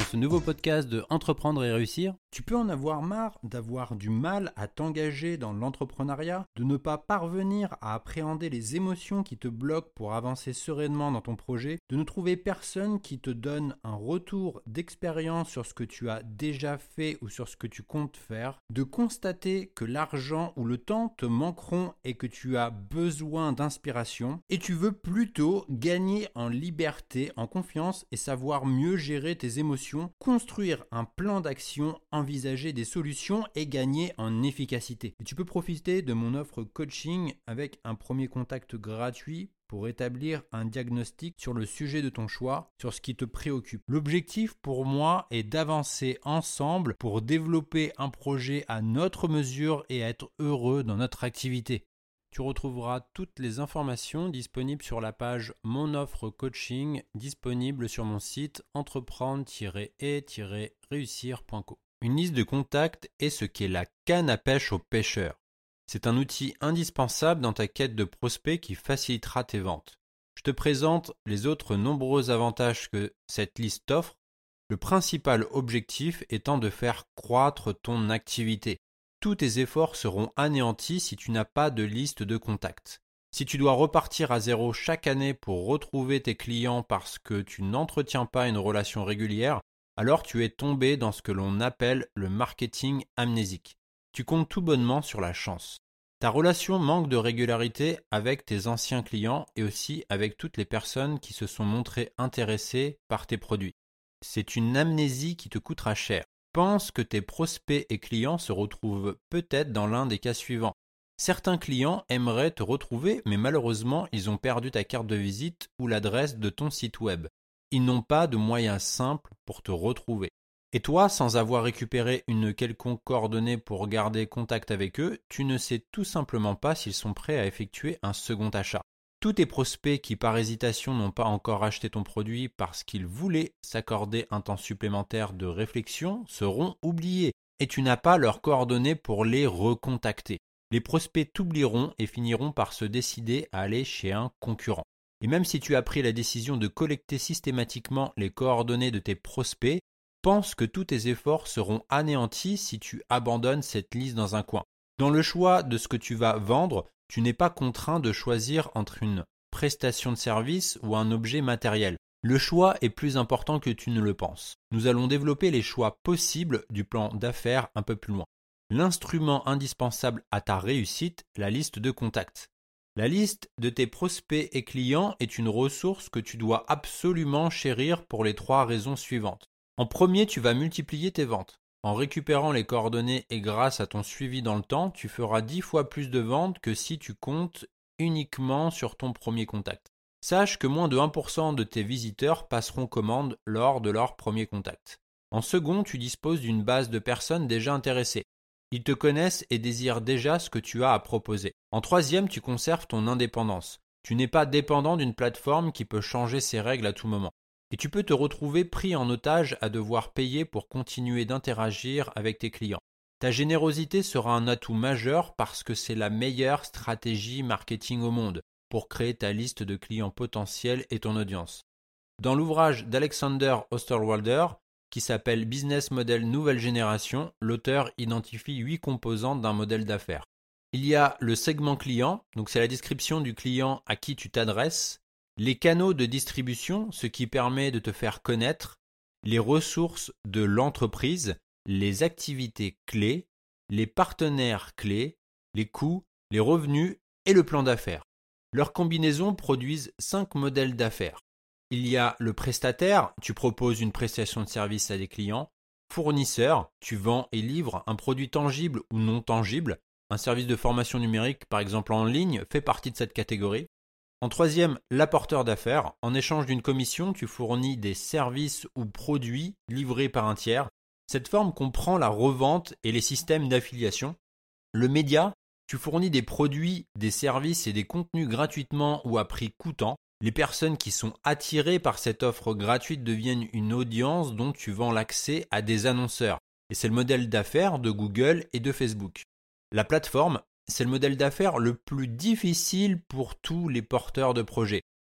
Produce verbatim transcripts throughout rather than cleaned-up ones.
ce nouveau podcast de Entreprendre et réussir. Tu peux en avoir marre d'avoir du mal à t'engager dans l'entrepreneuriat, de ne pas parvenir à appréhender les émotions qui te bloquent pour avancer sereinement dans ton projet, de ne trouver personne qui te donne un retour d'expérience sur ce que tu as déjà fait ou sur ce que tu comptes faire, de constater que l'argent ou le temps te manqueront et que tu as besoin d'inspiration, et tu veux plutôt gagner en liberté, en confiance et savoir mieux gérer tes émotions, construire un plan d'action, envisager des solutions et gagner en efficacité. Et tu peux profiter de mon offre coaching avec un premier contact gratuit pour établir un diagnostic sur le sujet de ton choix, sur ce qui te préoccupe. L'objectif pour moi est d'avancer ensemble pour développer un projet à notre mesure et être heureux dans notre activité. Tu retrouveras toutes les informations disponibles sur la page Mon offre coaching disponible sur mon site entreprendre tiret et tiret réussir point co. Une liste de contacts est ce qu'est la canne à pêche aux pêcheurs. C'est un outil indispensable dans ta quête de prospects qui facilitera tes ventes. Je te présente les autres nombreux avantages que cette liste t'offre, le principal objectif étant de faire croître ton activité. Tous tes efforts seront anéantis si tu n'as pas de liste de contacts. Si tu dois repartir à zéro chaque année pour retrouver tes clients parce que tu n'entretiens pas une relation régulière, alors tu es tombé dans ce que l'on appelle le marketing amnésique. Tu comptes tout bonnement sur la chance. Ta relation manque de régularité avec tes anciens clients et aussi avec toutes les personnes qui se sont montrées intéressées par tes produits. C'est une amnésie qui te coûtera cher. Pense que tes prospects et clients se retrouvent peut-être dans l'un des cas suivants. Certains clients aimeraient te retrouver, mais malheureusement, ils ont perdu ta carte de visite ou l'adresse de ton site web. Ils n'ont pas de moyens simples pour te retrouver. Et toi, sans avoir récupéré une quelconque coordonnée pour garder contact avec eux, tu ne sais tout simplement pas s'ils sont prêts à effectuer un second achat. Tous tes prospects qui par hésitation n'ont pas encore acheté ton produit parce qu'ils voulaient s'accorder un temps supplémentaire de réflexion seront oubliés et tu n'as pas leurs coordonnées pour les recontacter. Les prospects t'oublieront et finiront par se décider à aller chez un concurrent. Et même si tu as pris la décision de collecter systématiquement les coordonnées de tes prospects, pense que tous tes efforts seront anéantis si tu abandonnes cette liste dans un coin. Dans le choix de ce que tu vas vendre, tu n'es pas contraint de choisir entre une prestation de service ou un objet matériel. Le choix est plus important que tu ne le penses. Nous allons développer les choix possibles du plan d'affaires un peu plus loin. L'instrument indispensable à ta réussite, la liste de contacts. La liste de tes prospects et clients est une ressource que tu dois absolument chérir pour les trois raisons suivantes. En premier, tu vas multiplier tes ventes. En récupérant les coordonnées et grâce à ton suivi dans le temps, tu feras dix fois plus de ventes que si tu comptes uniquement sur ton premier contact. Sache que moins de un pour cent de tes visiteurs passeront commande lors de leur premier contact. En second, tu disposes d'une base de personnes déjà intéressées. Ils te connaissent et désirent déjà ce que tu as à proposer. En troisième, tu conserves ton indépendance. Tu n'es pas dépendant d'une plateforme qui peut changer ses règles à tout moment. Et tu peux te retrouver pris en otage à devoir payer pour continuer d'interagir avec tes clients. Ta générosité sera un atout majeur parce que c'est la meilleure stratégie marketing au monde pour créer ta liste de clients potentiels et ton audience. Dans l'ouvrage d'Alexander Osterwalder, qui s'appelle Business Model Nouvelle Génération, l'auteur identifie huit composantes d'un modèle d'affaires. Il y a le segment client, donc c'est la description du client à qui tu t'adresses, les canaux de distribution, ce qui permet de te faire connaître, les ressources de l'entreprise, les activités clés, les partenaires clés, les coûts, les revenus et le plan d'affaires. Leurs combinaisons produisent cinq modèles d'affaires. Il y a le prestataire, tu proposes une prestation de service à des clients. Fournisseur, tu vends et livres un produit tangible ou non tangible. Un service de formation numérique, par exemple en ligne, fait partie de cette catégorie. En troisième, l'apporteur d'affaires. En échange d'une commission, tu fournis des services ou produits livrés par un tiers. Cette forme comprend la revente et les systèmes d'affiliation. Le média, tu fournis des produits, des services et des contenus gratuitement ou à prix coûtant. Les personnes qui sont attirées par cette offre gratuite deviennent une audience dont tu vends l'accès à des annonceurs. Et c'est le modèle d'affaires de Google et de Facebook. La plateforme, c'est le modèle d'affaires le plus difficile pour tous les porteurs de projets.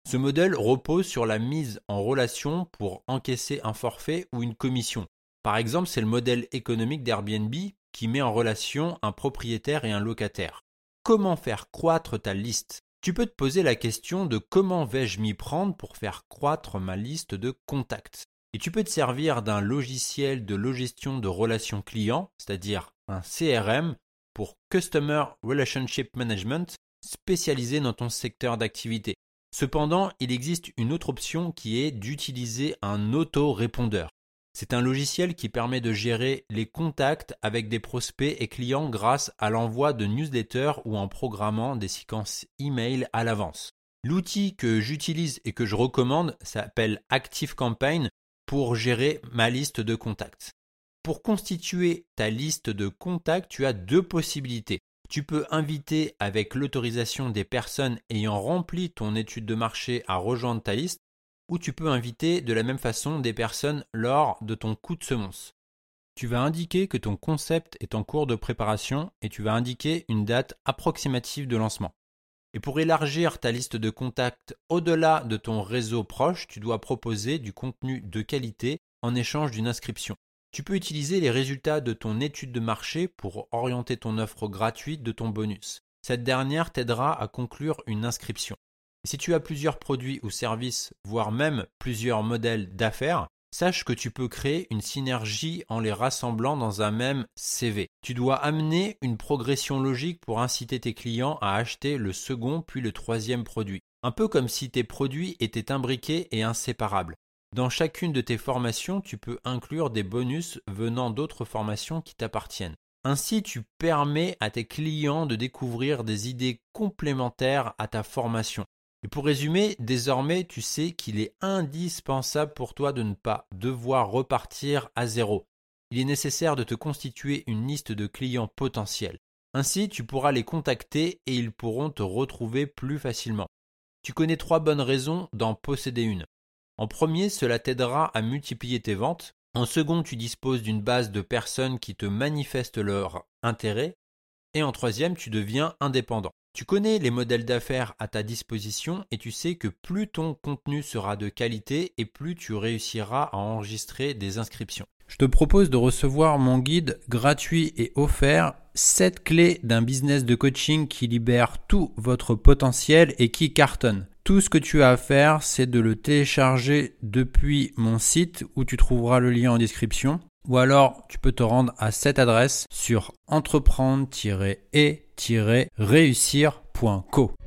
Ce modèle repose sur la mise en relation pour encaisser un forfait ou une commission. Par exemple, c'est le modèle économique d'Airbnb qui met en relation un propriétaire et un locataire. Comment faire croître ta liste ? Tu peux te poser la question de comment vais-je m'y prendre pour faire croître ma liste de contacts. Et tu peux te servir d'un logiciel de gestion de relations clients, c'est-à-dire un C R M pour Customer Relationship Management, spécialisé dans ton secteur d'activité. Cependant, il existe une autre option qui est d'utiliser un auto-répondeur. C'est un logiciel qui permet de gérer les contacts avec des prospects et clients grâce à l'envoi de newsletters ou en programmant des séquences email à l'avance. L'outil que j'utilise et que je recommande s'appelle ActiveCampaign pour gérer ma liste de contacts. Pour constituer ta liste de contacts, tu as deux possibilités. Tu peux inviter avec l'autorisation des personnes ayant rempli ton étude de marché à rejoindre ta liste, ou tu peux inviter de la même façon des personnes lors de ton coup de semonce. Tu vas indiquer que ton concept est en cours de préparation et tu vas indiquer une date approximative de lancement. Et pour élargir ta liste de contacts au-delà de ton réseau proche, tu dois proposer du contenu de qualité en échange d'une inscription. Tu peux utiliser les résultats de ton étude de marché pour orienter ton offre gratuite de ton bonus. Cette dernière t'aidera à conclure une inscription. Si tu as plusieurs produits ou services, voire même plusieurs modèles d'affaires, sache que tu peux créer une synergie en les rassemblant dans un même C V. Tu dois amener une progression logique pour inciter tes clients à acheter le second puis le troisième produit. Un peu comme si tes produits étaient imbriqués et inséparables. Dans chacune de tes formations, tu peux inclure des bonus venant d'autres formations qui t'appartiennent. Ainsi, tu permets à tes clients de découvrir des idées complémentaires à ta formation. Et pour résumer, désormais, tu sais qu'il est indispensable pour toi de ne pas devoir repartir à zéro. Il est nécessaire de te constituer une liste de clients potentiels. Ainsi, tu pourras les contacter et ils pourront te retrouver plus facilement. Tu connais trois bonnes raisons d'en posséder une. En premier, cela t'aidera à multiplier tes ventes. En second, tu disposes d'une base de personnes qui te manifestent leur intérêt. Et en troisième, tu deviens indépendant. Tu connais les modèles d'affaires à ta disposition et tu sais que plus ton contenu sera de qualité et plus tu réussiras à enregistrer des inscriptions. Je te propose de recevoir mon guide gratuit et offert sept clés d'un business de coaching qui libère tout votre potentiel et qui cartonne. Tout ce que tu as à faire, c'est de le télécharger depuis mon site où tu trouveras le lien en description. Ou alors, tu peux te rendre à cette adresse sur entreprendre tiret et tiret réussir point co.